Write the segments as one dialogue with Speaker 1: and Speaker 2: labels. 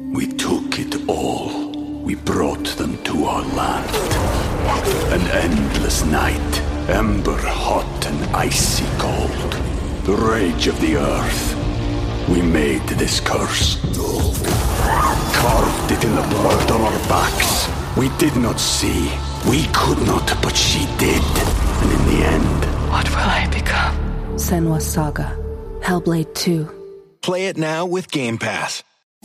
Speaker 1: We took it all. We brought them to our land. An endless night, ember hot and icy cold. The rage of the earth. We made this curse. Carved it in the blood on our backs. We did not see. We could not, but she did. And in the end...
Speaker 2: What will I become?
Speaker 3: Senua's Saga. Hellblade 2.
Speaker 4: Play it now with Game Pass.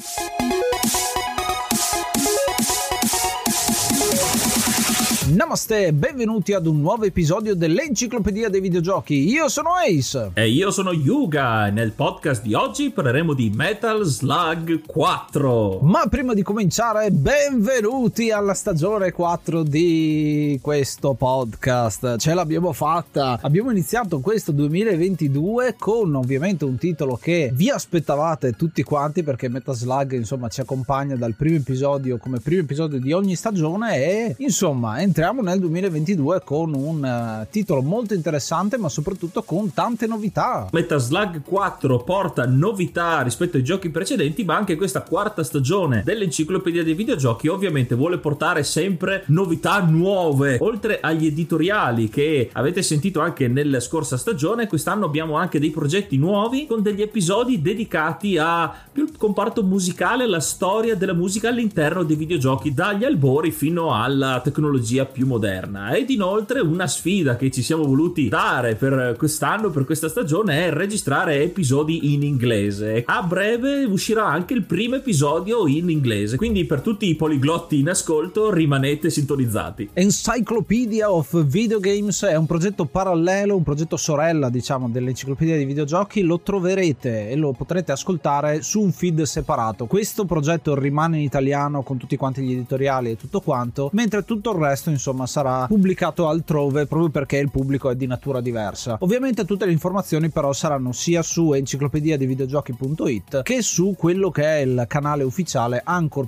Speaker 5: Namaste, benvenuti ad un nuovo episodio dell'Enciclopedia dei Videogiochi. Io sono Ace.
Speaker 6: E io sono Yuga. Nel podcast di oggi parleremo di Metal Slug 4.
Speaker 5: Ma prima di cominciare, benvenuti alla stagione 4 di questo podcast. Ce l'abbiamo fatta. Abbiamo iniziato questo 2022 con ovviamente un titolo che vi aspettavate tutti quanti, perché Metal Slug insomma ci accompagna dal primo episodio come primo episodio di ogni stagione e insomma entriamo nel 2022 con un titolo molto interessante, ma soprattutto con tante novità.
Speaker 6: Metal Slug 4 porta novità rispetto ai giochi precedenti, ma anche questa quarta stagione dell'Enciclopedia dei Videogiochi ovviamente vuole portare sempre novità nuove. Oltre agli editoriali che avete sentito anche nella scorsa stagione, quest'anno abbiamo anche dei progetti nuovi con degli episodi dedicati a più il comparto musicale, la storia della musica all'interno dei videogiochi, dagli albori fino alla tecnologia più moderna. Ed inoltre una sfida che ci siamo voluti dare per quest'anno, per questa stagione, è registrare episodi in inglese. A breve uscirà anche il primo episodio in inglese, quindi per tutti i poliglotti in ascolto rimanete sintonizzati.
Speaker 5: Encyclopedia of Video Games è un progetto parallelo, un progetto sorella diciamo dell'Enciclopedia dei Videogiochi. Lo troverete e lo potrete ascoltare su un feed separato. Questo progetto rimane in italiano con tutti quanti gli editoriali e tutto quanto, mentre tutto il resto insomma sarà pubblicato altrove, proprio perché il pubblico è di natura diversa. Ovviamente tutte le informazioni però saranno sia su enciclopediadeivideogiochi.it che su quello che è il canale ufficiale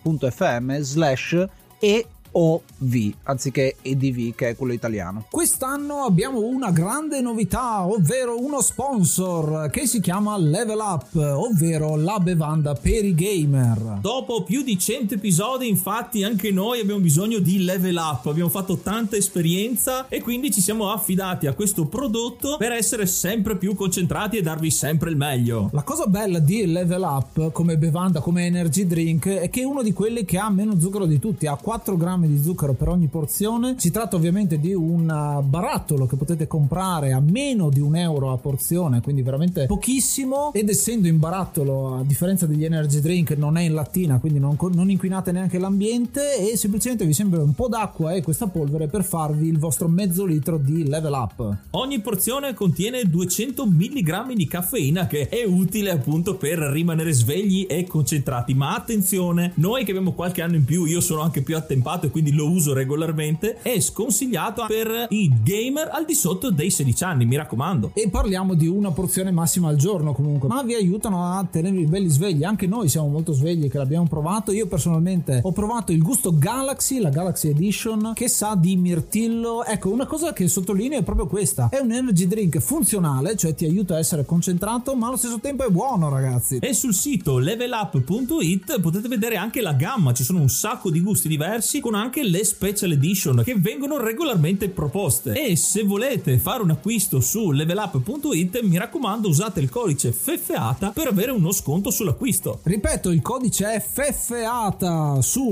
Speaker 5: anchor.fm/EOV anziché EDV, che è quello italiano. Quest'anno abbiamo una grande novità, ovvero uno sponsor che si chiama Level Up, ovvero la bevanda per i gamer.
Speaker 6: Dopo più di 100 episodi infatti anche noi abbiamo bisogno di level up, abbiamo fatto tanta esperienza e quindi ci siamo affidati a questo prodotto per essere sempre più concentrati e darvi sempre il meglio.
Speaker 5: La cosa bella di Level Up come bevanda, come energy drink, è che è uno di quelli che ha meno zucchero di tutti, ha 4 grammi di zucchero per ogni porzione. Si tratta ovviamente di un barattolo che potete comprare a meno di €1 a porzione, quindi veramente pochissimo, ed essendo in barattolo, a differenza degli energy drink, non è in lattina, quindi non inquinate neanche l'ambiente, e semplicemente vi sembra un po' d'acqua e questa polvere per farvi il vostro mezzo litro di Level Up.
Speaker 6: Ogni porzione contiene 200 mg di caffeina, che è utile appunto per rimanere svegli e concentrati. Ma attenzione, noi che abbiamo qualche anno in più, io sono anche più attempato e quindi lo uso regolarmente, è sconsigliato per i gamer al di sotto dei 16 anni, mi raccomando.
Speaker 5: E parliamo di una porzione massima al giorno comunque, ma vi aiutano a tenervi belli svegli. Anche noi siamo molto svegli che l'abbiamo provato. Io personalmente ho provato il gusto Galaxy, la Galaxy Edition, che sa di mirtillo. Ecco, una cosa che sottolineo è proprio questa: è un energy drink funzionale, cioè ti aiuta a essere concentrato, ma allo stesso tempo è buono, ragazzi.
Speaker 6: E sul sito levelup.it potete vedere anche la gamma, ci sono un sacco di gusti diversi, con anche le special edition che vengono regolarmente proposte. E se volete fare un acquisto su levelup.it, mi raccomando, usate il codice FEFEATA per avere uno sconto sull'acquisto.
Speaker 5: Ripeto, il codice è FEFEATA su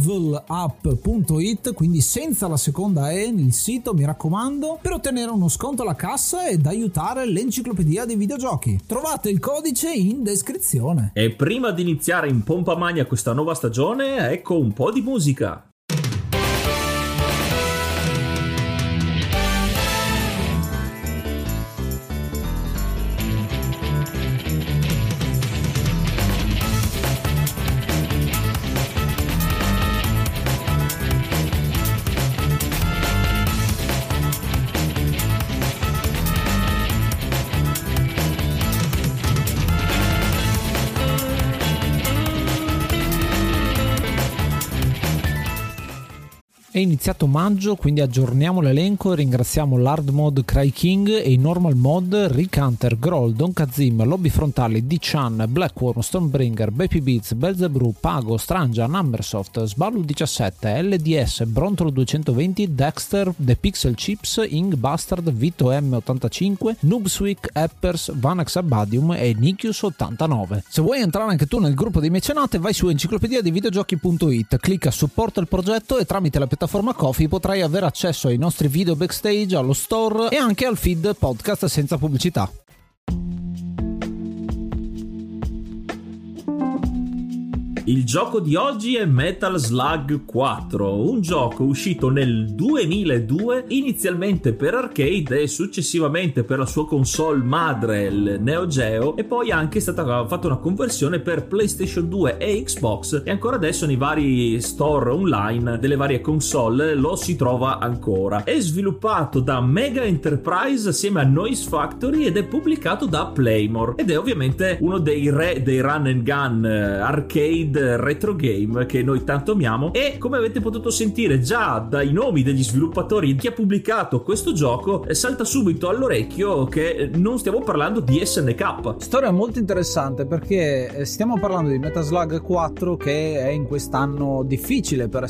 Speaker 5: levelup.it, quindi senza la seconda E nel sito, mi raccomando, per ottenere uno sconto alla cassa ed aiutare l'Enciclopedia dei Videogiochi. Trovate il codice in descrizione.
Speaker 6: E prima di iniziare in pompa magna questa nuova stagione, ecco un po' di musica.
Speaker 5: È iniziato maggio, quindi aggiorniamo l'elenco e ringraziamo l'Hard Mode Cry King e i Normal Mode Rick Hunter, Groll, Don Kazim, Lobby Frontali, D-Chan, Blackworm, Stonebringer, Baby Beats, Belzebrew, Pago, Strangia, Numbersoft, Sballu 17, LDS, Brontolo 220, Dexter, The Pixel Chips, Ing Bastard, Vito M85, Noobswick, Eppers, Vanax Abadium e Nikius 89. Se vuoi entrare anche tu nel gruppo dei mecenate, vai su enciclopedia di videogiochi.it, clicca supporta il progetto e tramite la piattaforma Ko-fi potrai avere accesso ai nostri video backstage, allo store e anche al feed podcast senza pubblicità.
Speaker 6: Il gioco di oggi è Metal Slug 4, un gioco uscito nel 2002 inizialmente per arcade e successivamente per la sua console madre, il Neo Geo, e poi anche è stata fatta una conversione per PlayStation 2 e Xbox, e ancora adesso nei vari store online delle varie console lo si trova ancora. È sviluppato da Mega Enterprise assieme a Noise Factory ed è pubblicato da Playmore ed è ovviamente uno dei re dei run and gun arcade retro game che noi tanto amiamo, e come avete potuto sentire già dai nomi degli sviluppatori, chi ha pubblicato questo gioco salta subito all'orecchio che non stiamo parlando di SNK.
Speaker 5: Storia molto interessante perché stiamo parlando di Metal Slug 4 che è in quest'anno difficile per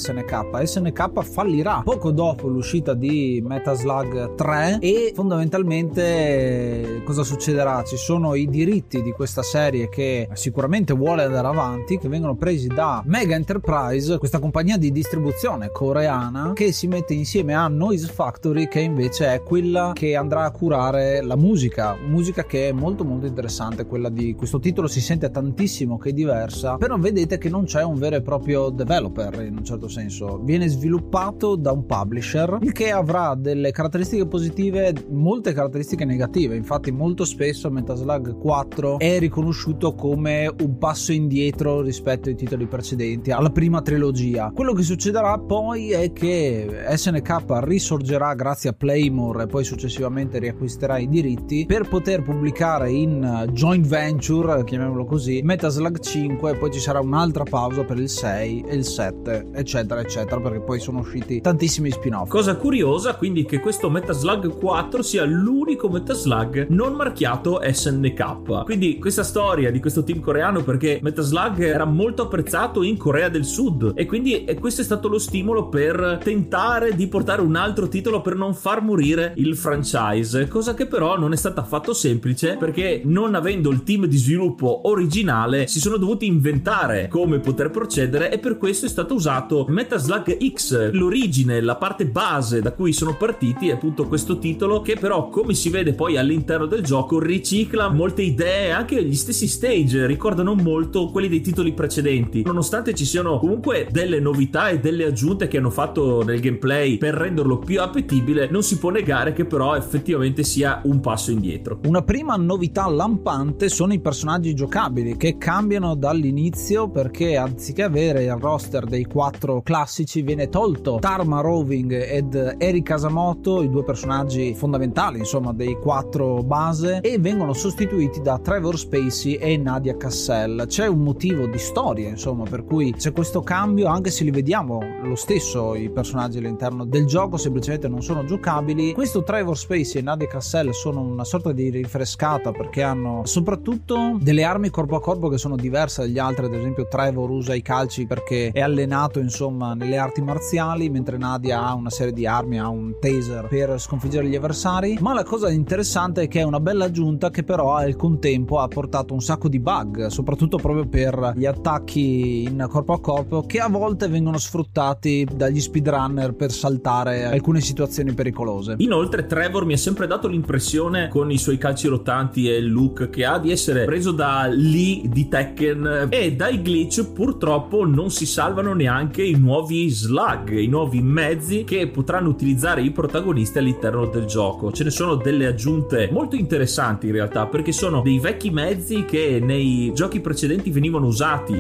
Speaker 5: SNK fallirà poco dopo l'uscita di Metal Slug 3 e fondamentalmente cosa succederà? Ci sono i diritti di questa serie che sicuramente vuole andare avanti, che vengono presi da Mega Enterprise, questa compagnia di distribuzione coreana che si mette insieme a Noise Factory, che invece è quella che andrà a curare la musica che è molto molto interessante. Quella di questo titolo si sente tantissimo che è diversa, però vedete che non c'è un vero e proprio developer, in un certo senso viene sviluppato da un publisher, il che avrà delle caratteristiche positive, molte caratteristiche negative. Infatti molto spesso Metal Slug 4 è riconosciuto come un passo indietro rispetto ai titoli precedenti, alla prima trilogia. Quello che succederà poi è che SNK risorgerà grazie a Playmore e poi successivamente riacquisterà i diritti per poter pubblicare in joint venture, chiamiamolo così, Metal Slug 5, e poi ci sarà un'altra pausa per il 6 e il 7 eccetera eccetera, perché poi sono usciti tantissimi spin-off.
Speaker 6: Cosa curiosa quindi che questo Metal Slug 4 sia l'unico Metal Slug non marchiato SNK, quindi questa storia di questo team coreano, perché Metal Slug era molto apprezzato in Corea del Sud e quindi questo è stato lo stimolo per tentare di portare un altro titolo per non far morire il franchise, cosa che però non è stata affatto semplice, perché non avendo il team di sviluppo originale si sono dovuti inventare come poter procedere, e per questo è stato usato Metal Slug X, l'origine, la parte base da cui sono partiti, è appunto questo titolo che però, come si vede poi all'interno del gioco, ricicla molte idee, anche gli stessi stage ricordano molto quelli dei titoli precedenti. Nonostante ci siano comunque delle novità e delle aggiunte che hanno fatto nel gameplay per renderlo più appetibile, non si può negare che però effettivamente sia un passo indietro.
Speaker 5: Una prima novità lampante sono i personaggi giocabili, che cambiano dall'inizio, perché anziché avere il roster dei 4 classici viene tolto Tarma Roving ed Eri Kasamoto, i 2 personaggi fondamentali insomma dei 4 base, e vengono sostituiti da Trevor Spacey e Nadia Cassell. C'è un motivo di storia insomma per cui c'è questo cambio, anche se li vediamo lo stesso i personaggi all'interno del gioco, semplicemente non sono giocabili. Questo Trevor Spacey e Nadia Cassell sono una sorta di rinfrescata, perché hanno soprattutto delle armi corpo a corpo che sono diverse dagli altri. Ad esempio Trevor usa i calci perché è allenato insomma nelle arti marziali, mentre Nadia ha una serie di armi, ha un taser per sconfiggere gli avversari. Ma la cosa interessante è che è una bella aggiunta che però al contempo ha portato un sacco di bug, soprattutto proprio per gli attacchi in corpo a corpo, che a volte vengono sfruttati dagli speedrunner per saltare alcune situazioni pericolose.
Speaker 6: Inoltre Trevor mi ha sempre dato l'impressione, con i suoi calci rotanti e il look che ha, di essere preso da Lee di Tekken, e dai glitch purtroppo non si salvano neanche i nuovi slug, i nuovi mezzi che potranno utilizzare i protagonisti all'interno del gioco. Ce ne sono delle aggiunte molto interessanti in realtà, perché sono dei vecchi mezzi che nei giochi precedenti venivano usati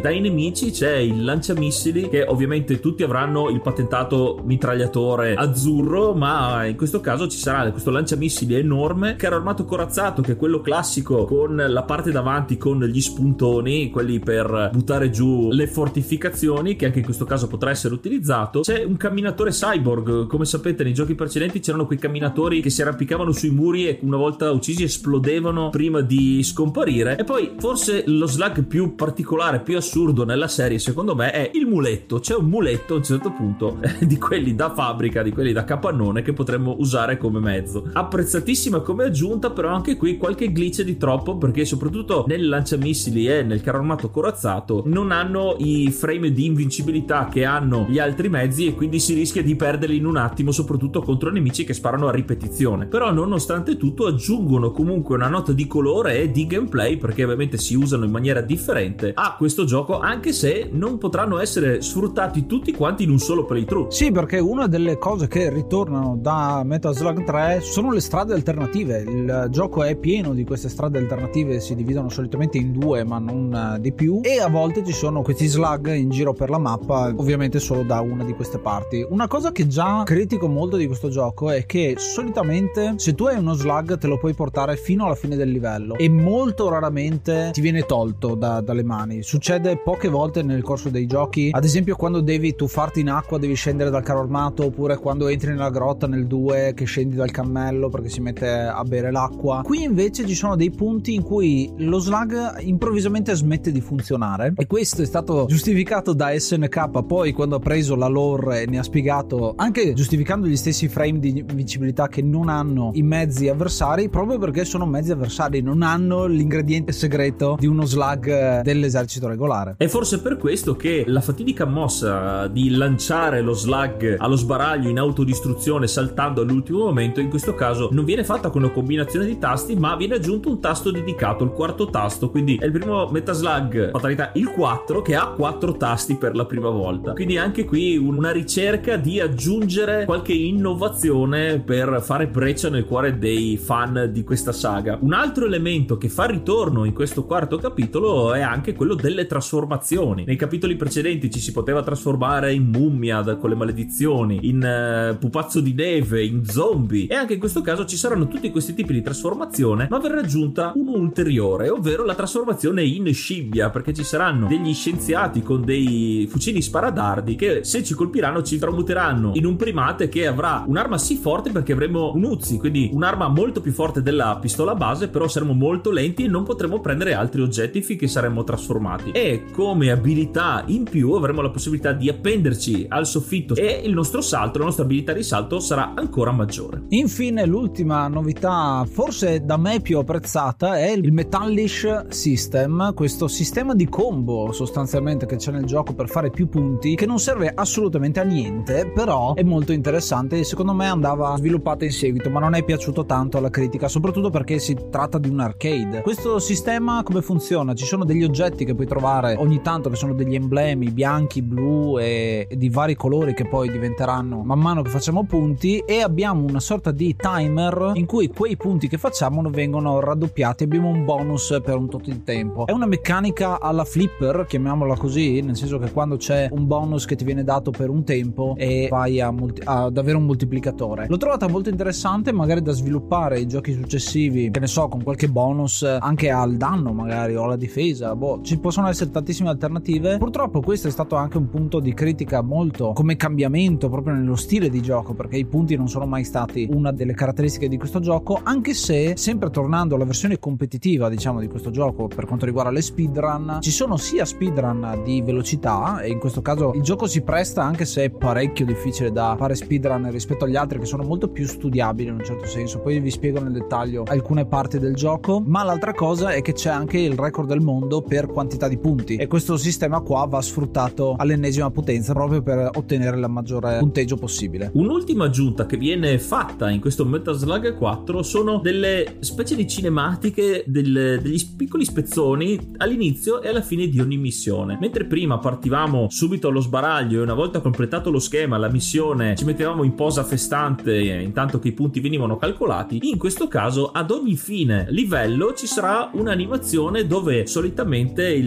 Speaker 6: dai nemici c'è il lanciamissili, che ovviamente tutti avranno il patentato mitragliatore azzurro, ma in questo caso ci sarà questo lanciamissili enorme, carro armato corazzato, che è quello classico con la parte davanti con gli spuntoni, quelli per buttare giù le fortificazioni, che anche in questo caso potrà essere utilizzato. C'è un camminatore cyborg. Come sapete, nei giochi precedenti c'erano quei camminatori che si arrampicavano sui muri e una volta uccisi esplodevano prima di scomparire. E poi forse lo slug più particolare, più assurdo nella serie, secondo me, è il muletto. C'è un muletto a un certo punto di quelli da fabbrica, di quelli da capannone, che potremmo usare come mezzo. Apprezzatissima come aggiunta, però anche qui qualche glitch di troppo, perché soprattutto nel lanciamissili e nel carro armato corazzato non hanno i frame di invincibilità che hanno gli altri mezzi, e quindi si rischia di perderli in un attimo, soprattutto contro nemici che sparano a ripetizione. Però nonostante tutto aggiungono comunque una nota di colore e di gameplay, perché ovviamente si usano in maniera differente a questo gioco, anche se non potranno essere sfruttati tutti quanti in un solo playthrough.
Speaker 5: Sì, perché una delle cose che ritornano da Metal Slug 3 sono le strade alternative. Il gioco è pieno di queste strade alternative, si dividono solitamente in due ma non di più, e a volte ci sono questi slug in giro per la mappa, ovviamente solo da una di queste parti. Una cosa che già critico molto di questo gioco è che solitamente se tu hai uno slug te lo puoi portare fino alla fine del livello e molto raramente ti viene tolto dalle mani. Succede poche volte nel corso dei giochi, ad esempio quando devi tuffarti in acqua, devi scendere dal carro armato, oppure quando entri nella grotta nel 2 che scendi dal cammello perché si mette a bere l'acqua. Qui invece ci sono dei punti in cui lo slug improvvisamente smette di funzionare, e questo è stato giustificato da SNK poi quando ha preso la lore e ne ha spiegato, anche giustificando gli stessi frame di invincibilità che non hanno i mezzi avversari, proprio perché sono mezzi avversari, non hanno l'ingrediente segreto di uno slug dell'esercito regolare.
Speaker 6: È forse per questo che la fatidica mossa di lanciare lo slug allo sbaraglio in autodistruzione saltando all'ultimo momento in questo caso non viene fatta con una combinazione di tasti, ma viene aggiunto un tasto dedicato, il quarto tasto. Quindi è il primo Metal Slug, fatalità il 4, che ha 4 tasti per la prima volta. Quindi anche qui una ricerca di aggiungere qualche innovazione per fare breccia nel cuore dei fan di questa saga. Un altro elemento che fa ritorno in questo quarto capitolo è anche quello delle trasformazioni. Nei capitoli precedenti ci si poteva trasformare in mummia con le maledizioni, in pupazzo di neve, in zombie, e anche in questo caso ci saranno tutti questi tipi di trasformazione, ma verrà aggiunta un'ulteriore, ovvero la trasformazione in scimmia, perché ci saranno degli scienziati con dei fucili sparadardi che, se ci colpiranno, ci tramuteranno in un primate che avrà un'arma sì forte, perché avremo un Uzi, quindi un'arma molto più forte della pistola base, però saremo molto lenti e non potremo prendere altri oggetti finché saremo trasformati. E come abilità in più avremo la possibilità di appenderci al soffitto, e il nostro salto, la nostra abilità di salto sarà ancora maggiore.
Speaker 5: Infine, l'ultima novità, forse da me più apprezzata, è il Metallish System, questo sistema di combo sostanzialmente che c'è nel gioco per fare più punti, che non serve assolutamente a niente, però è molto interessante e secondo me andava sviluppata in seguito, ma non è piaciuto tanto alla critica, soprattutto perché si tratta di un arcade. Questo sistema come funziona? Ci sono degli oggetti che puoi trovare ogni tanto, che sono degli emblemi bianchi, blu e di vari colori, che poi diventeranno man mano che facciamo punti, e abbiamo una sorta di timer in cui quei punti che facciamo vengono raddoppiati, abbiamo un bonus per un tot di tempo. È una meccanica alla flipper, chiamiamola così, nel senso che quando c'è un bonus che ti viene dato per un tempo e vai ad avere un moltiplicatore. L'ho trovata molto interessante, magari da sviluppare i giochi successivi, che ne so, con qualche bonus anche al danno magari o alla difesa. Ci possono essere tantissime alternative. Purtroppo questo è stato anche un punto di critica molto come cambiamento proprio nello stile di gioco, perché i punti non sono mai stati una delle caratteristiche di questo gioco, anche se, sempre tornando alla versione competitiva diciamo di questo gioco, per quanto riguarda le speedrun, ci sono sia speedrun di velocità, e in questo caso il gioco si presta, anche se è parecchio difficile da fare speedrun rispetto agli altri che sono molto più studiabili in un certo senso. Poi vi spiego nel dettaglio alcune parti del gioco, ma l'altra cosa è che c'è anche il record del mondo per quantità di punti, e questo sistema qua va sfruttato all'ennesima potenza proprio per ottenere la maggiore punteggio possibile.
Speaker 6: Un'ultima aggiunta che viene fatta in questo Metal Slug 4 sono delle specie di cinematiche, degli piccoli spezzoni all'inizio e alla fine di ogni missione. Mentre prima partivamo subito allo sbaraglio e una volta completato lo schema, la missione, ci mettevamo in posa festante intanto che i punti venivano calcolati, in questo caso ad ogni fine livello ci sarà un'animazione dove solitamente il resto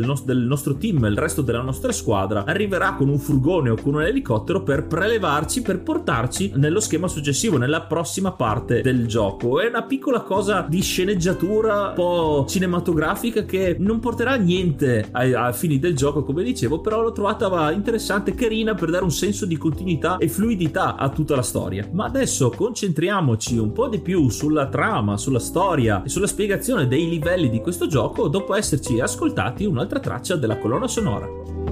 Speaker 6: del nostro team, il resto della nostra squadra, arriverà con un furgone o con un elicottero per prelevarci, per portarci nello schema successivo, nella prossima parte del gioco. È una piccola cosa di sceneggiatura un po' cinematografica che non porterà niente ai fini del gioco, come dicevo, però l'ho trovata interessante, carina, per dare un senso di continuità e fluidità a tutta la storia. Ma adesso concentriamoci un po' di più sulla trama, sulla storia e sulla spiegazione dei livelli di questo gioco, dopo esserci ascoltati un'altra traccia della colonna sonora.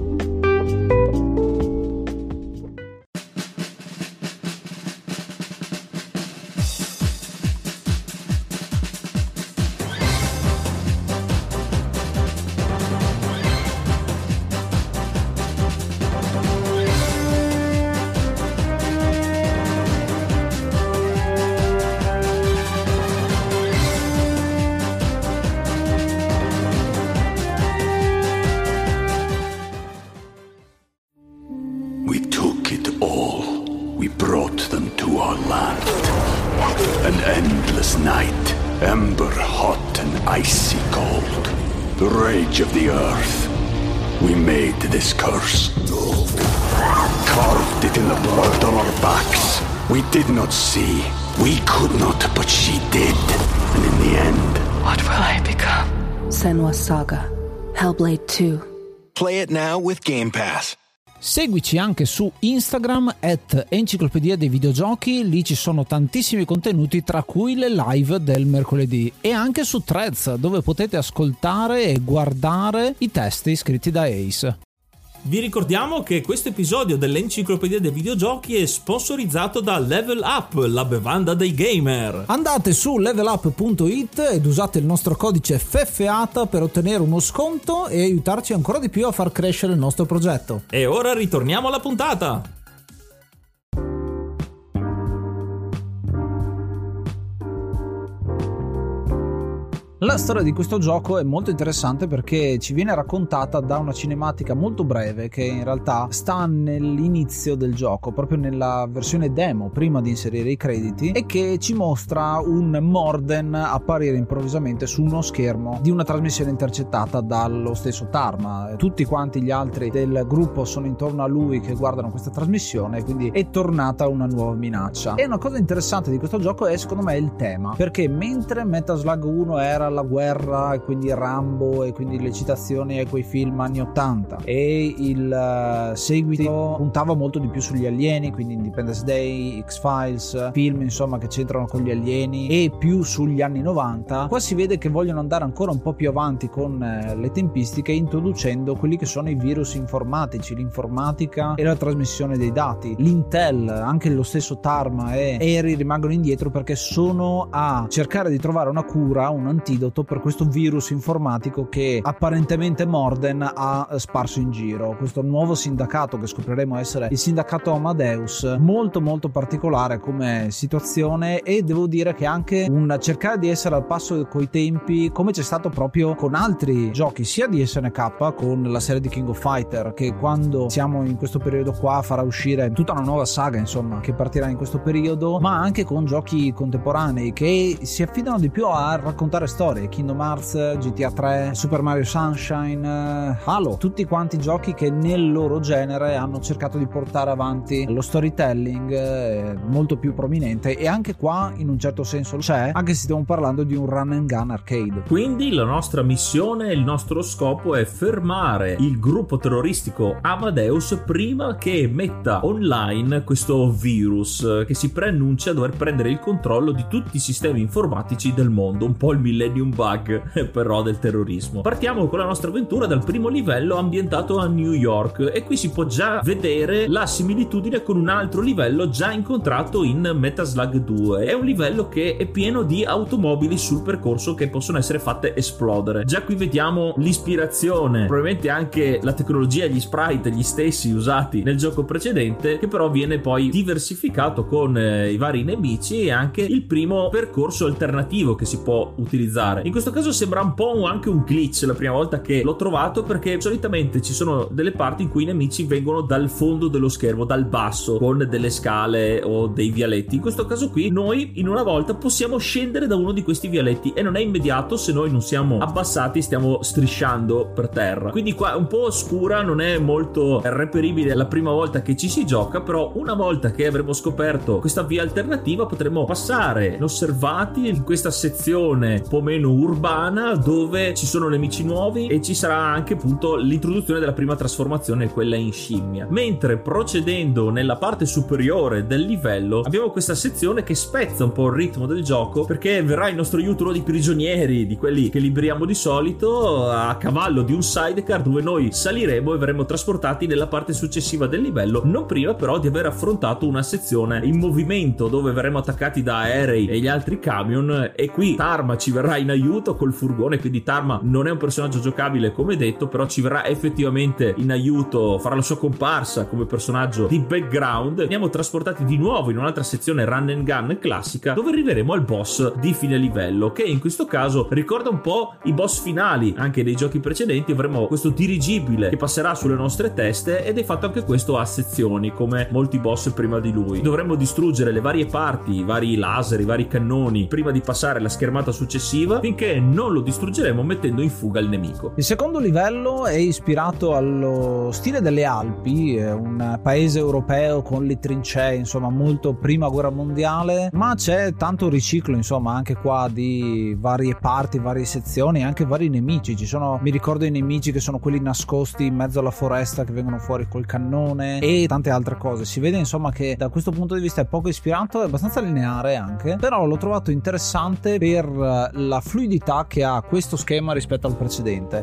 Speaker 1: The rage of the earth. We made this curse. Carved it in the blood on our backs. We did not see. We could not, but she did. And in the end...
Speaker 3: What will I become? Senua's Saga. Hellblade 2.
Speaker 4: Play it now with Game Pass.
Speaker 5: Seguici anche su Instagram @enciclopedia dei videogiochi, lì ci sono tantissimi contenuti, tra cui le live del mercoledì, e anche su Threads, dove potete ascoltare e guardare i testi scritti da Ace.
Speaker 6: Vi ricordiamo che questo episodio dell'Enciclopedia dei videogiochi è sponsorizzato da Level Up, la bevanda dei gamer.
Speaker 5: Andate su levelup.it ed usate il nostro codice FEFFEATA per ottenere uno sconto e aiutarci ancora di più a far crescere il nostro progetto.
Speaker 6: E ora ritorniamo alla puntata.
Speaker 5: La storia di questo gioco è molto interessante perché ci viene raccontata da una cinematica molto breve che in realtà sta nell'inizio del gioco, proprio nella versione demo, prima di inserire i crediti, e che ci mostra un Morden apparire improvvisamente su uno schermo di una trasmissione intercettata dallo stesso Tarma. Tutti quanti gli altri del gruppo sono intorno a lui che guardano questa trasmissione, quindi è tornata una nuova minaccia. E una cosa interessante di questo gioco è, secondo me, il tema, perché mentre Metal Slug 1 era la guerra e quindi Rambo e quindi le citazioni a quei film anni 80 e il seguito puntava molto di più sugli alieni, quindi Independence Day, X-Files, film insomma che c'entrano con gli alieni, e più sugli anni 90, qua si vede che vogliono andare ancora un po' più avanti con le tempistiche, introducendo quelli che sono i virus informatici, l'informatica e la trasmissione dei dati. L'Intel, anche lo stesso Tarma e Eri rimangono indietro perché sono a cercare di trovare una cura, un antidoto per questo virus informatico che apparentemente Morden ha sparso in giro. Questo nuovo sindacato che scopriremo essere il sindacato Amadeus, molto molto particolare come situazione, e devo dire che anche un cercare di essere al passo coi tempi, come c'è stato proprio con altri giochi sia di SNK, con la serie di King of Fighter, che quando siamo in questo periodo qua farà uscire tutta una nuova saga insomma che partirà in questo periodo, ma anche con giochi contemporanei che si affidano di più a raccontare storie, Kingdom Hearts, GTA 3, Super Mario Sunshine, Halo, tutti quanti giochi che nel loro genere hanno cercato di portare avanti lo storytelling molto più prominente, e anche qua in un certo senso c'è, anche se stiamo parlando di un run and gun arcade.
Speaker 6: Quindi la nostra missione, il nostro scopo è fermare il gruppo terroristico Amadeus prima che metta online questo virus che si preannuncia dover prendere il controllo di tutti i sistemi informatici del mondo, un po' il Millennium Bug però del terrorismo. Partiamo con la nostra avventura dal primo livello ambientato a New York, e qui si può già vedere la similitudine con un altro livello già incontrato in Metal Slug 2. È un livello che è pieno di automobili sul percorso che possono essere fatte esplodere. Già qui vediamo l'ispirazione, probabilmente anche la tecnologia e gli sprite gli stessi usati nel gioco precedente, che però viene poi diversificato con i vari nemici e anche il primo percorso alternativo che si può utilizzare andare. In questo caso sembra un po' anche un glitch la prima volta che l'ho trovato, perché solitamente ci sono delle parti in cui i nemici vengono dal fondo dello schermo, dal basso, con delle scale o dei vialetti. In questo caso qui noi in una volta possiamo scendere da uno di questi vialetti e non è immediato se noi non siamo abbassati, stiamo strisciando per terra. Quindi qua è un po' oscura, non è molto reperibile la prima volta che ci si gioca, però una volta che avremo scoperto questa via alternativa potremo passare inosservati in questa sezione un po' meno urbana, dove ci sono nemici nuovi e ci sarà anche appunto l'introduzione della prima trasformazione, quella in scimmia. Mentre procedendo nella parte superiore del livello abbiamo questa sezione che spezza un po' il ritmo del gioco, perché verrà in nostro aiuto uno dei prigionieri, di quelli che liberiamo di solito, a cavallo di un sidecar, dove noi saliremo e verremo trasportati nella parte successiva del livello, non prima però di aver affrontato una sezione in movimento dove verremo attaccati da aerei e gli altri camion, e qui Tarma ci verrà in aiuto col furgone. Quindi Tarma non è un personaggio giocabile come detto, però ci verrà effettivamente in aiuto, farà la sua comparsa come personaggio di background. Veniamo trasportati di nuovo in un'altra sezione run and gun classica, dove arriveremo al boss di fine livello, che in questo caso ricorda un po' i boss finali anche dei giochi precedenti. Avremo questo dirigibile che passerà sulle nostre teste, ed è fatto anche questo a sezioni come molti boss prima di lui. Dovremmo distruggere le varie parti, i vari laser, i vari cannoni prima di passare la schermata successiva, finché non lo distruggeremo mettendo in fuga il nemico.
Speaker 5: Il secondo livello è ispirato allo stile delle Alpi, un paese europeo con le trincee, insomma molto prima guerra mondiale, ma c'è tanto riciclo insomma anche qua di varie parti, varie sezioni, anche vari nemici. Ci sono, mi ricordo, i nemici che sono quelli nascosti in mezzo alla foresta che vengono fuori col cannone e tante altre cose. Si vede insomma che da questo punto di vista è poco ispirato, è abbastanza lineare anche, però l'ho trovato interessante per la fluidità che ha questo schema rispetto al precedente.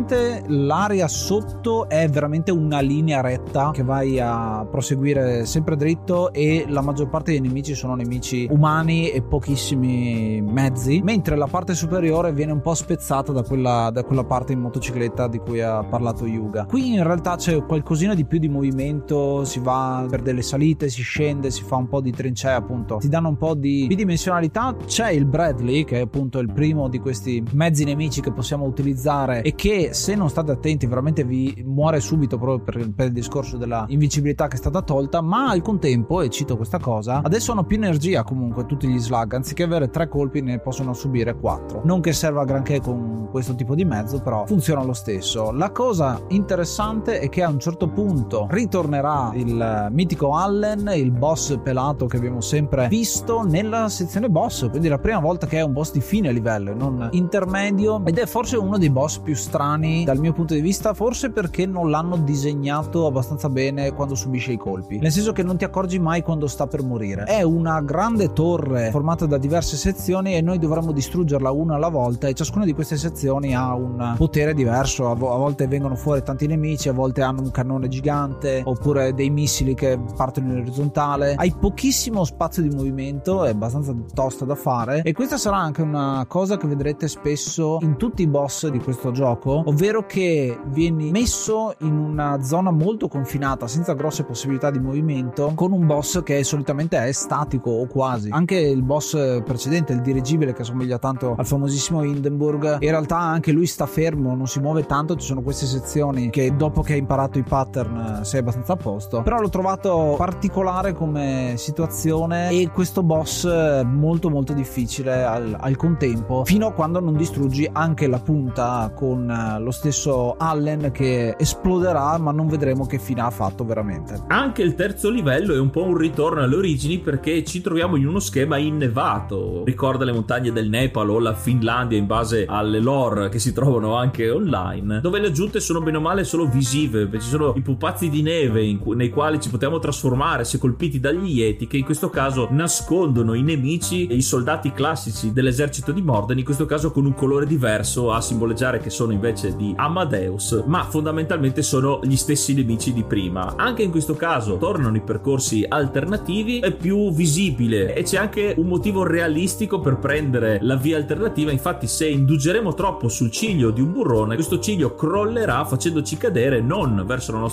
Speaker 5: L'area sotto è veramente una linea retta che vai a proseguire sempre dritto, e la maggior parte dei nemici sono nemici umani e pochissimi mezzi, mentre la parte superiore viene un po' spezzata da quella parte in motocicletta di cui ha parlato Yuga. Qui in realtà c'è qualcosina di più di movimento, si va per delle salite, si scende, si fa un po' di trincea, appunto ti danno un po' di bidimensionalità. C'è il Bradley, che è appunto il primo di questi mezzi nemici che possiamo utilizzare, e che se non state attenti veramente vi muore subito, proprio per il discorso della invincibilità che è stata tolta. Ma al contempo, e cito questa cosa, adesso hanno più energia comunque tutti gli slug, anziché avere 3 colpi ne possono subire 4. Non che serva granché con questo tipo di mezzo, però funziona lo stesso. La cosa interessante è che a un certo punto ritornerà il mitico Allen, il boss pelato che abbiamo sempre visto nella sezione boss, quindi la prima volta che è un boss di fine livello, non intermedio, ed è forse uno dei boss più strani dal mio punto di vista, forse perché non l'hanno disegnato abbastanza bene quando subisce i colpi, nel senso che non ti accorgi mai quando sta per morire. È una grande torre formata da diverse sezioni e noi dovremmo distruggerla una alla volta, e ciascuna di queste sezioni ha un potere diverso. A volte vengono fuori tanti nemici, a volte hanno un cannone gigante oppure dei missili che partono in orizzontale. Hai pochissimo spazio di movimento, è abbastanza tosta da fare, e questa sarà anche una cosa che vedrete spesso in tutti i boss di questo gioco, ovvero che vieni messo in una zona molto confinata senza grosse possibilità di movimento, con un boss che solitamente è statico o quasi. Anche il boss precedente, il dirigibile, che assomiglia tanto al famosissimo Hindenburg, in realtà anche lui sta fermo, non si muove tanto. Ci sono queste sezioni che dopo che hai imparato i pattern sei abbastanza a posto, però l'ho trovato particolare come situazione, e questo boss molto molto difficile al contempo, fino a quando non distruggi anche la punta con lo stesso Allen che esploderà, ma non vedremo che fine ha fatto veramente.
Speaker 6: Anche il terzo livello è un po' un ritorno alle origini, perché ci troviamo in uno schema innevato, ricorda le montagne del Nepal o la Finlandia in base alle lore che si trovano anche online, dove le aggiunte sono bene o male solo visive. Ci sono i pupazzi di neve nei quali ci possiamo trasformare se colpiti dagli Yeti, che in questo caso nascondono i nemici e i soldati classici dell'esercito di Morden, in questo caso con un colore diverso a simboleggiare che sono invece di Amadeus, ma fondamentalmente sono gli stessi nemici di prima. Anche in questo caso tornano i percorsi alternativi, è più visibile e c'è anche un motivo realistico per prendere la via alternativa. Infatti, se indugeremo troppo sul ciglio di un burrone, questo ciglio crollerà facendoci cadere non verso la nostra morte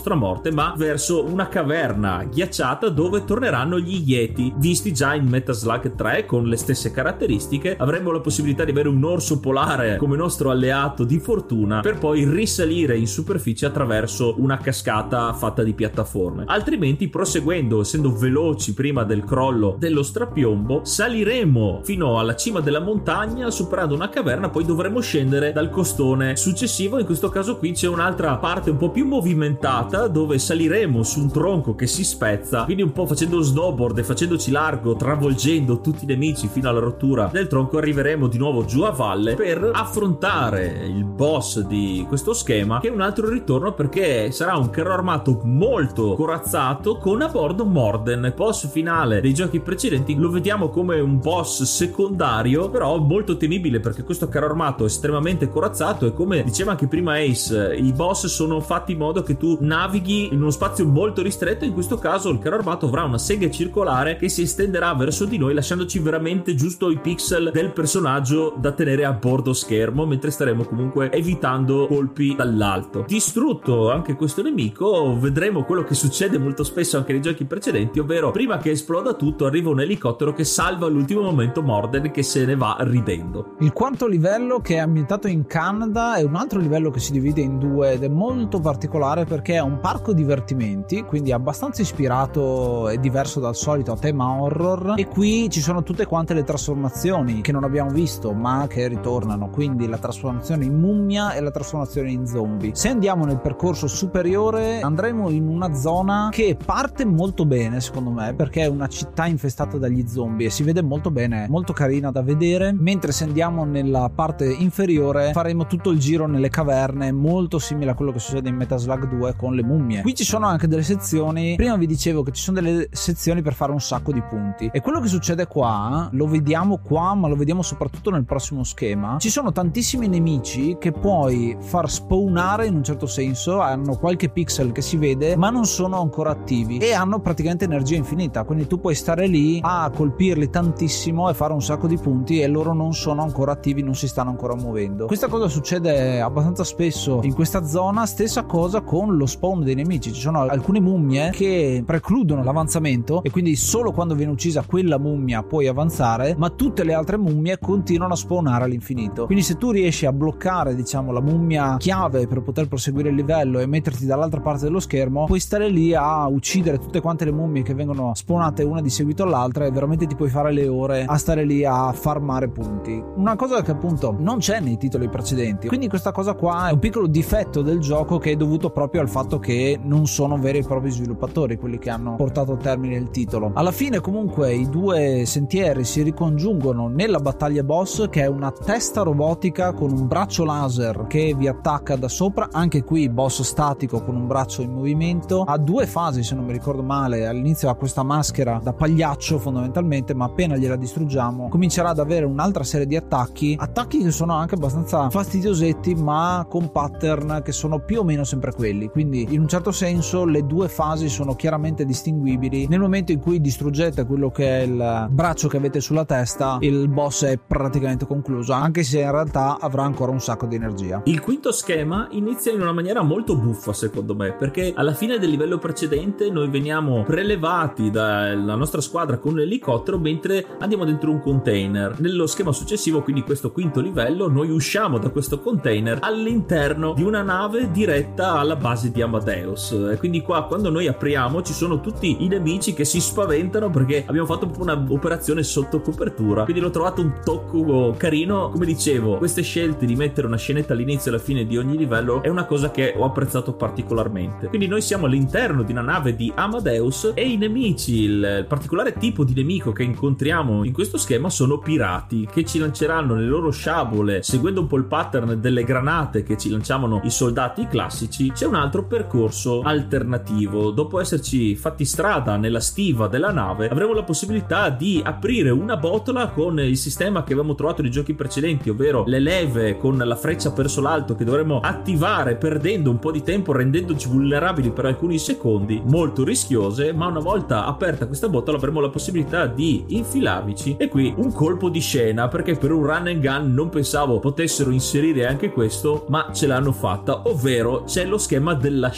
Speaker 6: ma verso una caverna ghiacciata dove torneranno gli Yeti, visti già in Metal Slug 3 con le stesse caratteristiche. Avremo la possibilità di avere un orso polare come nostro alleato di fortuna per poi risalire in superficie attraverso una cascata fatta di piattaforme. Altrimenti, proseguendo, essendo veloci prima del crollo dello strapiombo, saliremo fino alla cima della montagna superando una caverna, poi dovremo scendere dal costone successivo. In questo caso qui c'è un'altra parte un po' più movimentata dove saliremo su un tronco che si spezza, quindi un po' facendo snowboard e facendoci largo, travolgendo tutti i nemici fino alla rottura del tronco, arriveremo di nuovo giù a valle per affrontare il boss di questo schema, che è un altro ritorno perché sarà un carro armato molto corazzato con a bordo Morden. Boss finale dei giochi precedenti lo vediamo come un boss secondario, però molto temibile perché questo carro armato è estremamente corazzato e, come diceva anche prima Ace, i boss sono fatti in modo che tu navighi in uno spazio molto ristretto. In questo caso il carro armato avrà una sega circolare che si estenderà verso di noi, lasciandoci veramente giusto i pixel del personaggio da tenere a bordo schermo, mentre staremo comunque evitando colpi dall'alto. Distrutto anche questo nemico, vedremo quello che succede molto spesso anche nei giochi precedenti, ovvero prima che esploda tutto arriva un elicottero che salva all'ultimo momento Morden, che se ne va ridendo.
Speaker 5: Il quarto livello, che è ambientato in Canada, è un altro livello che si divide in due ed è molto particolare perché è un parco divertimenti, quindi abbastanza ispirato e diverso dal solito a tema horror, e qui ci sono tutte quante le trasformazioni che non abbiamo visto ma che ritornano, quindi la trasformazione in mummia e la trasformazione in zombie. Se andiamo nel percorso superiore andremo in una zona che parte molto bene secondo me, perché è una città infestata dagli zombie e si vede molto bene, molto carina da vedere, mentre se andiamo nella parte inferiore faremo tutto il giro nelle caverne, molto simile a quello che succede in Metal Slug 2 con le mummie. Qui ci sono anche delle sezioni, prima vi dicevo che ci sono delle sezioni per fare un sacco di punti, e quello che succede qua lo vediamo qua, ma lo vediamo soprattutto nel prossimo schema. Ci sono tantissimi nemici che puoi far spawnare in un certo senso, hanno qualche pixel che si vede ma non sono ancora attivi e hanno praticamente energia infinita, quindi tu puoi stare lì a colpirli tantissimo e fare un sacco di punti e loro non sono ancora attivi, non si stanno ancora muovendo. Questa cosa succede abbastanza spesso in questa zona. Stessa cosa con lo spawn dei nemici, ci sono alcune mummie che precludono l'avanzamento e quindi solo quando viene uccisa quella mummia puoi avanzare, ma tutte le altre mummie continuano a spawnare all'infinito. Quindi se tu riesci a bloccare, diciamo, la mummia chiave per poter proseguire il livello e metterti dall'altra parte dello schermo, puoi stare lì a uccidere tutte quante le mummie che vengono spawnate una di seguito all'altra e veramente ti puoi fare le ore a stare lì a farmare punti. Una cosa che appunto non c'è nei titoli precedenti, quindi questa cosa qua è un piccolo difetto del gioco che è dovuto proprio al fatto che non sono veri e propri sviluppatori quelli che hanno portato a termine il titolo. Alla fine comunque i due sentieri si ricongiungono nella battaglia boss, che è una testa robotica con un braccio laser che vi attacca da sopra. Anche qui boss statico con un braccio in movimento, ha due fasi se non mi ricordo male. All'inizio ha questa maschera da pagliaccio fondamentalmente, ma appena gliela distruggiamo comincerà ad avere un'altra serie di attacchi che sono anche abbastanza fastidiosetti, ma con pattern che sono più o meno sempre quelli, quindi in un certo senso le due fasi sono chiaramente distinguibili. Nel momento in cui distruggete quello che è il braccio che avete sulla testa, il boss è praticamente concluso, anche se in realtà avrà ancora un sacco di energia.
Speaker 6: Il quinto schema inizia in una maniera molto buffa secondo me, perché alla fine del livello precedente noi veniamo prelevati dalla nostra squadra con un elicottero mentre andiamo dentro un container. Nello schema successivo, quindi questo quinto livello, noi usciamo da questo container all'interno di una nave diretta alla base di Amadeus, e quindi qua quando noi apriamo ci sono tutti i nemici che si spaventano perché abbiamo fatto un po' un'operazione sotto copertura, quindi l'ho trovato un tocco carino. Come dicevo, queste scelte di mettere una scenetta all'inizio e alla fine di ogni livello è una cosa che ho apprezzato particolarmente. Quindi noi siamo all'interno di una nave di Amadeus e i nemici, il particolare tipo di nemico che incontriamo in questo schema sono pirati che ci lanceranno le loro sciabole seguendo un po' il pattern delle granate che ci lanciavano i soldati classici. C'è un altro percorso alternativo. Dopo esserci fatti strada nella stiva della nave avremo la possibilità di aprire una botola con il sistema che avevamo trovato nei giochi precedenti, ovvero le leve con la freccia verso l'alto che dovremo attivare perdendo un po' di tempo, rendendoci vulnerabili per alcuni secondi, molto rischiose, ma una volta aperta questa botola avremo la possibilità di infilarvici. E qui un colpo di scena, perché per un run and gun non pensavo potessero inserire anche questo, ma ce l'hanno fatta, ovvero c'è lo schema dell'ascensore.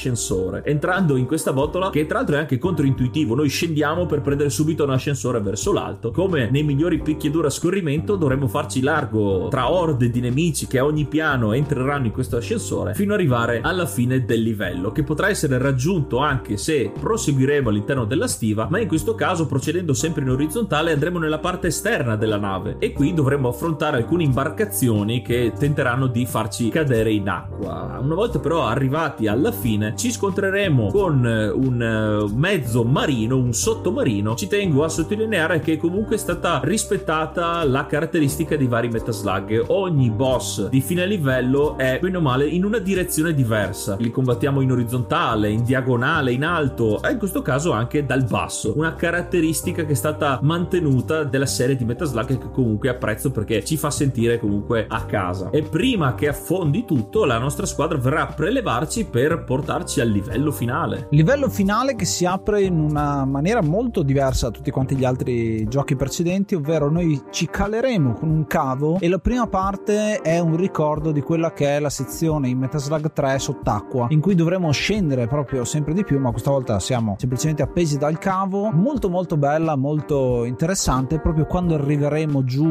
Speaker 6: ascensore, entrando in questa botola che tra l'altro è anche controintuitivo. Noi scendiamo per prendere subito un ascensore verso l'alto. Come nei migliori picchiaduro a scorrimento dovremmo farci largo tra orde di nemici che a ogni piano entreranno in questo ascensore fino ad arrivare alla fine del livello, che potrà essere raggiunto anche se proseguiremo all'interno della stiva, ma in questo caso procedendo sempre in orizzontale andremo nella parte esterna della nave e qui dovremo affrontare alcune imbarcazioni che tenteranno di farci cadere in acqua. Una volta però arrivati alla fine ci scontreremo con un mezzo marino, un sottomarino. Ci tengo a sottolineare che comunque è stata rispettata la caratteristica di vari metaslug. Ogni boss di fine livello è bene o male in una direzione diversa, li combattiamo in orizzontale, in diagonale, in alto e in questo caso anche dal basso, una caratteristica che è stata mantenuta della serie di metaslug che comunque apprezzo perché ci fa sentire comunque a casa. E prima che affondi tutto la nostra squadra verrà a prelevarci per portarci al livello finale
Speaker 5: che si apre in una maniera molto diversa da tutti quanti gli altri giochi precedenti, ovvero noi ci caleremo con un cavo e la prima parte è un ricordo di quella che è la sezione in Metaslug 3 sott'acqua, in cui dovremo scendere proprio sempre di più, ma questa volta siamo semplicemente appesi dal cavo. Molto molto bella, molto interessante. Proprio quando arriveremo giù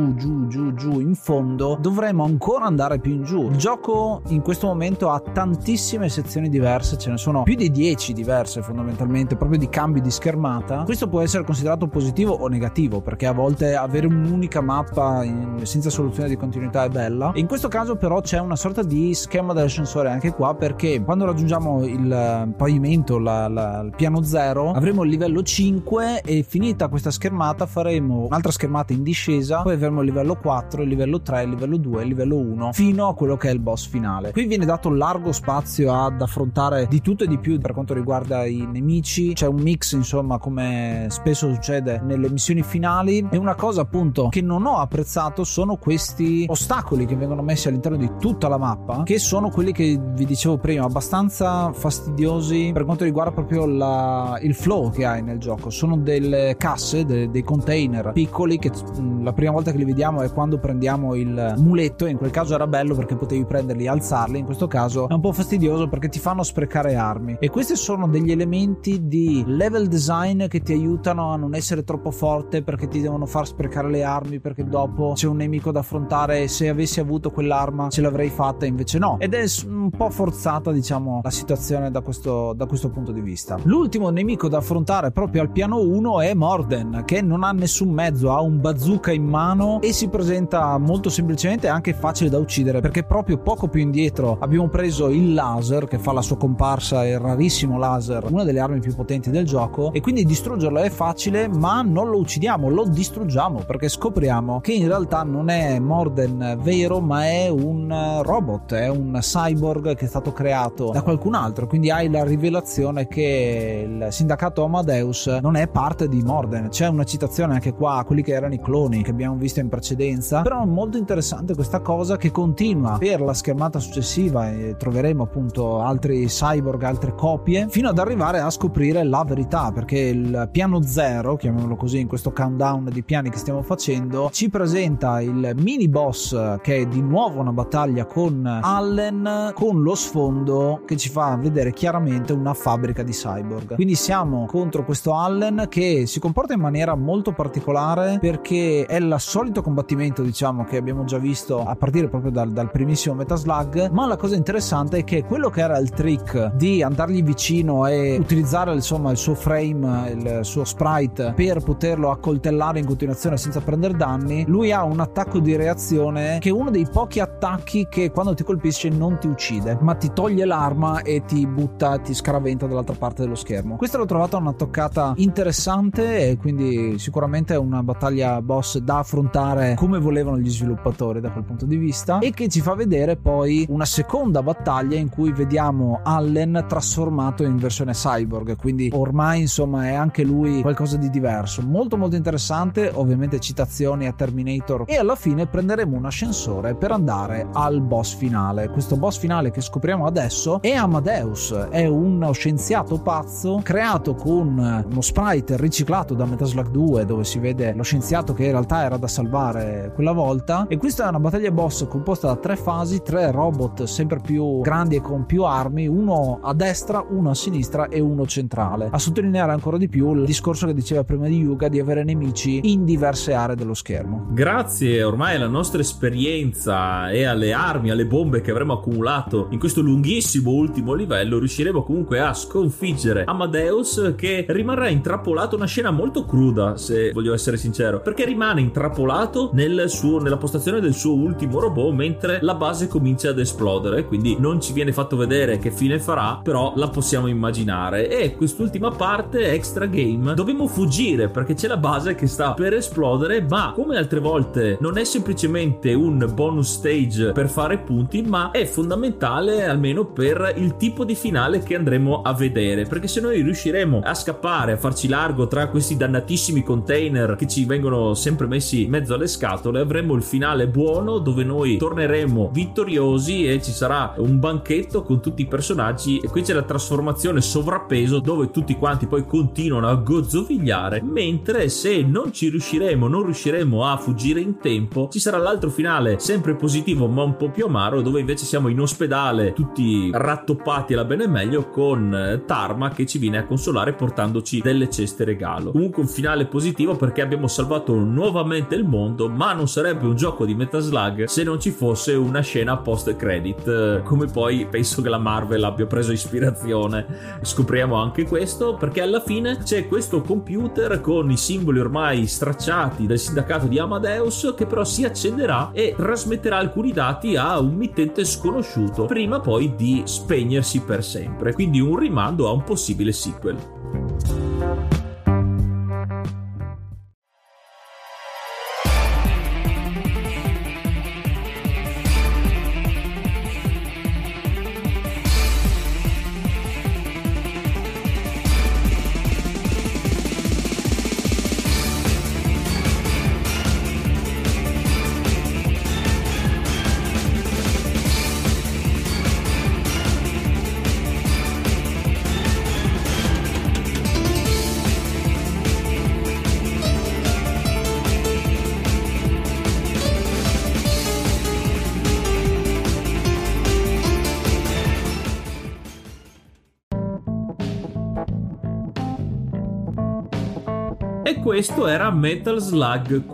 Speaker 5: in fondo dovremo ancora andare più in giù. Il gioco in questo momento ha tantissime sezioni diverse, ce ne sono più di 10 diverse fondamentalmente, proprio di cambi di schermata. Questo può essere considerato positivo o negativo, perché a volte avere un'unica mappa senza soluzione di continuità è bella. In questo caso però c'è una sorta di schema dell'ascensore anche qua, perché quando raggiungiamo il pavimento, il piano 0, avremo il livello 5 e finita questa schermata faremo un'altra schermata in discesa, poi avremo il livello 4, il livello 3, il livello 2, il livello 1 fino a quello che è il boss finale. Qui viene dato largo spazio ad affrontare di tutto e di più per quanto riguarda i nemici, c'è un mix insomma come spesso succede nelle missioni finali. E una cosa appunto che non ho apprezzato sono questi ostacoli che vengono messi all'interno di tutta la mappa, che sono quelli che vi dicevo prima, abbastanza fastidiosi per quanto riguarda proprio il flow che hai nel gioco. Sono delle casse, dei container piccoli che la prima volta che li vediamo è quando prendiamo il muletto, e in quel caso era bello perché potevi prenderli e alzarli. In questo caso è un po' fastidioso perché ti fanno sprecare armi, e questi sono degli elementi di level design che ti aiutano a non essere troppo forte, perché ti devono far sprecare le armi, perché dopo c'è un nemico da affrontare e se avessi avuto quell'arma ce l'avrei fatta, invece no, ed è un po' forzata diciamo la situazione da questo punto di vista. L'ultimo nemico da affrontare proprio al piano 1 è Morden, che non ha nessun mezzo, ha un bazooka in mano e si presenta molto semplicemente, anche facile da uccidere, perché proprio poco più indietro abbiamo preso il laser che fa la sua comparsa, il rarissimo laser, una delle armi più potenti del gioco, e quindi distruggerlo è facile, ma non lo uccidiamo, lo distruggiamo, perché scopriamo che in realtà non è Morden vero, ma è un robot, è un cyborg che è stato creato da qualcun altro. Quindi hai la rivelazione che il sindacato Amadeus non è parte di Morden. C'è una citazione anche qua a quelli che erano i cloni che abbiamo visto in precedenza, però è molto interessante questa cosa che continua per la schermata successiva, e troveremo appunto altri cyborg, altre copie, fino ad arrivare a scoprire la verità, perché il piano 0, chiamiamolo così in questo countdown di piani che stiamo facendo, ci presenta il mini boss che è di nuovo una battaglia con Allen, con lo sfondo che ci fa vedere chiaramente una fabbrica di cyborg. Quindi siamo contro questo Allen che si comporta in maniera molto particolare, perché è il solito combattimento diciamo che abbiamo già visto a partire proprio dal primissimo Metaslug, ma la cosa interessante è che quello che era il trick di andargli vicino e utilizzare insomma il suo frame, il suo sprite per poterlo accoltellare in continuazione senza prendere danni, lui ha un attacco di reazione che è uno dei pochi attacchi che quando ti colpisce non ti uccide, ma ti toglie l'arma e ti butta, ti scaraventa dall'altra parte dello schermo. Questa l'ho trovata una toccata interessante, e quindi sicuramente è una battaglia boss da affrontare come volevano gli sviluppatori da quel punto di vista, e che ci fa vedere poi una seconda battaglia in cui vediamo Allen trasformato in versione cyborg, quindi ormai insomma è anche lui qualcosa di diverso. Molto molto interessante, ovviamente citazioni a Terminator, e alla fine prenderemo un ascensore per andare al boss finale. Questo boss finale che scopriamo adesso è Amadeus, è uno scienziato pazzo creato con uno sprite riciclato da Metaslug 2, dove si vede lo scienziato che in realtà era da salvare quella volta. E questa è una battaglia boss composta da 3 fasi, 3 robot sempre più grandi e con più armi, uno a destra, uno a sinistra e uno centrale, a sottolineare ancora di più il discorso che diceva prima di Yuga di avere nemici in diverse aree dello schermo.
Speaker 6: Grazie ormai alla nostra esperienza e alle armi, alle bombe che avremo accumulato in questo lunghissimo ultimo livello, riusciremo comunque a sconfiggere Amadeus, che rimarrà intrappolato. Una scena molto cruda, se voglio essere sincero, perché rimane intrappolato nella postazione del suo ultimo robot mentre la base comincia ad esplodere, quindi non ci viene fatto vedere che fine farà, però la possiamo immaginare. E quest'ultima parte extra game dobbiamo fuggire perché c'è la base che sta per esplodere, ma come altre volte non è semplicemente un bonus stage per fare punti, ma è fondamentale almeno per il tipo di finale che andremo a vedere, perché se noi riusciremo a scappare, a farci largo tra questi dannatissimi container che ci vengono sempre messi in mezzo alle scatole, avremo il finale buono dove noi torneremo vittoriosi e ci sarà un banchetto con tutti i personaggi, e qui c'è la trasformazione sovrappeso dove tutti quanti poi continuano a gozzovigliare, mentre se non riusciremo a fuggire in tempo, ci sarà l'altro finale sempre positivo ma un po' più amaro, dove invece siamo in ospedale tutti rattoppati alla bene e meglio con Tarma che ci viene a consolare portandoci delle ceste regalo. Comunque un finale positivo perché abbiamo salvato nuovamente il mondo, ma non sarebbe un gioco di Metal Slug se non ci fosse una scena post credit, come poi penso che la Marvel abbia preso ispirazione. Scopriamo anche questo perché alla fine c'è questo computer con i simboli ormai stracciati del sindacato di Amadeus che però si accenderà e trasmetterà alcuni dati a un mittente sconosciuto prima poi di spegnersi per sempre, quindi un rimando a un possibile sequel. E questo era Metal Slug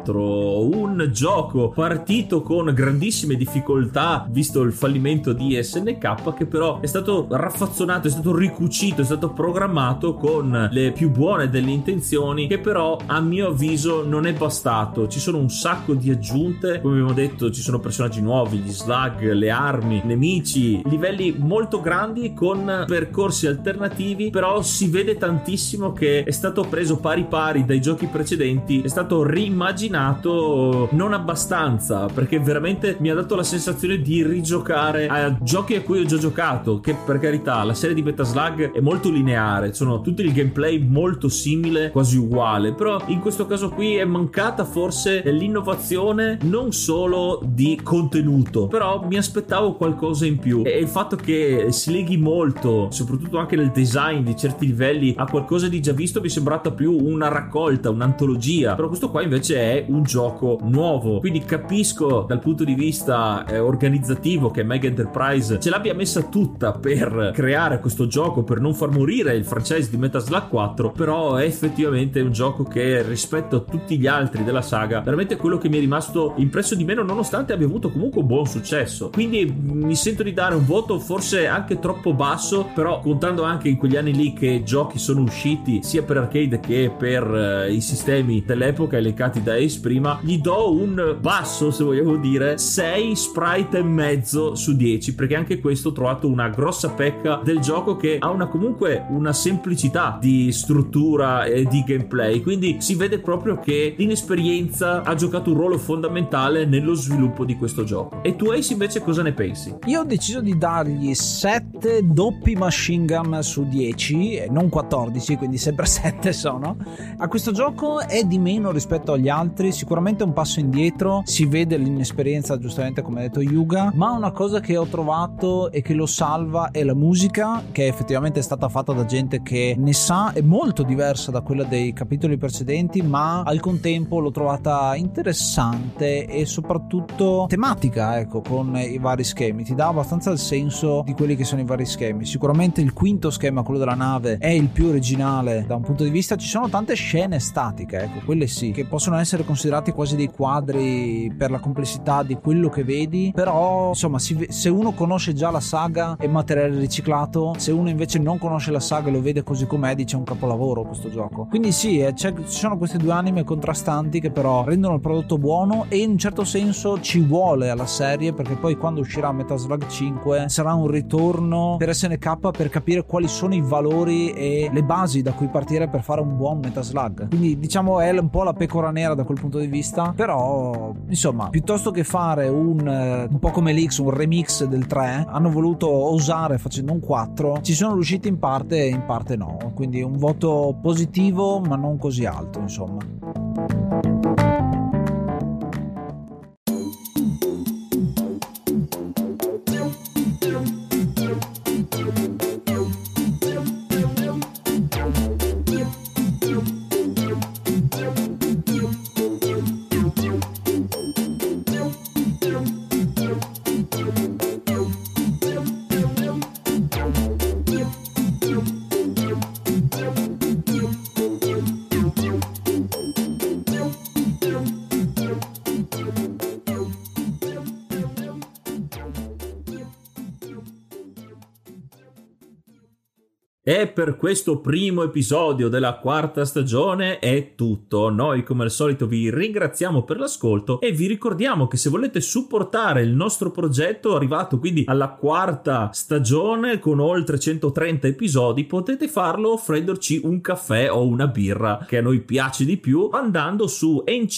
Speaker 6: 4, un gioco partito con grandissime difficoltà visto il fallimento di SNK, che però è stato raffazzonato, è stato ricucito, è stato programmato con le più buone delle intenzioni, che però a mio avviso non è bastato. Ci sono un sacco di aggiunte, come abbiamo detto ci sono personaggi nuovi, gli slug, le armi, nemici, livelli molto grandi con percorsi alternativi, però si vede tantissimo che è stato preso pari pari dai giochi precedenti, è stato reimmaginato non abbastanza, perché veramente mi ha dato la sensazione di rigiocare a giochi a cui ho già giocato, che per carità la serie di Metal Slug è molto lineare, sono tutti il gameplay molto simile, quasi uguale, però in questo caso qui è mancata forse l'innovazione non solo di contenuto, però mi aspettavo qualcosa in più, e il fatto che si leghi molto soprattutto anche nel design di certi livelli a qualcosa di già visto mi è sembrata più una raccolta, un'antologia, però questo qua invece è un gioco nuovo, quindi capisco dal punto di vista organizzativo che Mega Enterprise ce l'abbia messa tutta per creare questo gioco, per non far morire il franchise di Metal Slug 4, però è effettivamente un gioco che rispetto a tutti gli altri della saga veramente quello che mi è rimasto impresso di meno, nonostante abbia avuto comunque un buon successo, quindi mi sento di dare un voto forse anche troppo basso, però contando anche in quegli anni lì che giochi sono usciti sia per arcade che per i sistemi dell'epoca elencati da Ace prima, gli do un basso, se vogliamo dire 6 sprite e mezzo su 10, perché anche questo ho trovato una grossa pecca del gioco, che ha comunque una semplicità di struttura e di gameplay, quindi si vede proprio che l'inesperienza ha giocato un ruolo fondamentale nello sviluppo di questo gioco. E tu Ace invece cosa ne pensi?
Speaker 5: Io ho deciso di dargli 7 doppi machine gun su 10, non 14, quindi sempre 7 sono. a questo gioco è di meno rispetto agli altri, sicuramente un passo indietro, si vede l'inesperienza, giustamente come ha detto Yuga, ma una cosa che ho trovato e che lo salva è la musica, che effettivamente è stata fatta da gente che ne sa, è molto diversa da quella dei capitoli precedenti, ma al contempo l'ho trovata interessante e soprattutto tematica, ecco, con i vari schemi, ti dà abbastanza il senso di quelli che sono i vari schemi. Sicuramente il quinto schema, quello della nave, è il più originale da un punto di vista, ci sono tante scene statiche, ecco, quelle sì, che possono essere considerati quasi dei quadri per la complessità di quello che vedi, però insomma se uno conosce già la saga è materiale riciclato, se uno invece non conosce la saga e lo vede così com'è dice è un capolavoro questo gioco. Quindi sì, ci sono queste due anime contrastanti che però rendono il prodotto buono e in un certo senso ci vuole alla serie, perché poi quando uscirà Metal Slug 5 sarà un ritorno per SNK per capire quali sono i valori e le basi da cui partire per fare un buon Metal Slug. Quindi diciamo è un po' la pecora nera da quel punto di vista, però insomma piuttosto che fare un po' come l'X, un remix del 3, hanno voluto osare facendo un 4, ci sono riusciti in parte e in parte no, quindi un voto positivo ma non così alto, insomma.
Speaker 6: E per questo primo episodio della quarta stagione è tutto. Noi come al solito vi ringraziamo per l'ascolto e vi ricordiamo che se volete supportare il nostro progetto arrivato quindi alla quarta stagione con oltre 130 episodi, potete farlo offrendoci un caffè o una birra che a noi piace di più andando su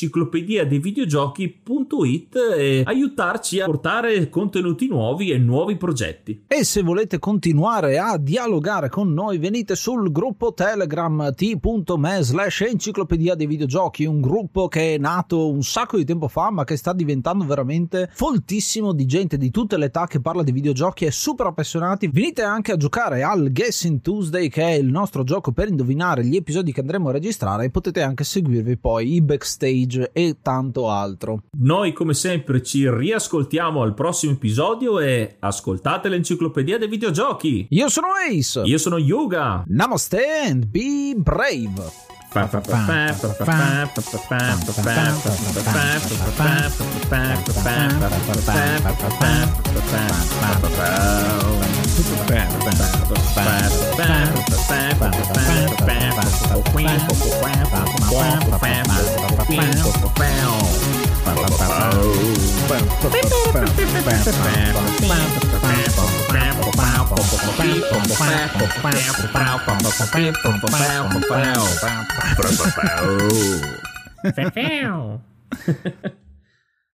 Speaker 6: enciclopediadeivideogiochi.it e aiutarci a portare contenuti nuovi e nuovi progetti.
Speaker 5: E se volete continuare a dialogare con noi venite sul gruppo Telegram t.me/enciclopedia dei videogiochi, un gruppo che è nato un sacco di tempo fa ma che sta diventando veramente foltissimo di gente di tutte le età che parla di videogiochi e super appassionati. Venite anche a giocare al Guessing Tuesday, che è il nostro gioco per indovinare gli episodi che andremo a registrare, e potete anche seguirvi poi i backstage e tanto altro.
Speaker 6: Noi come sempre ci riascoltiamo al prossimo episodio e ascoltate l'Enciclopedia dei videogiochi.
Speaker 5: Io sono Ace.
Speaker 6: Io sono Yuga.
Speaker 5: Namaste and be brave.
Speaker 6: Wow.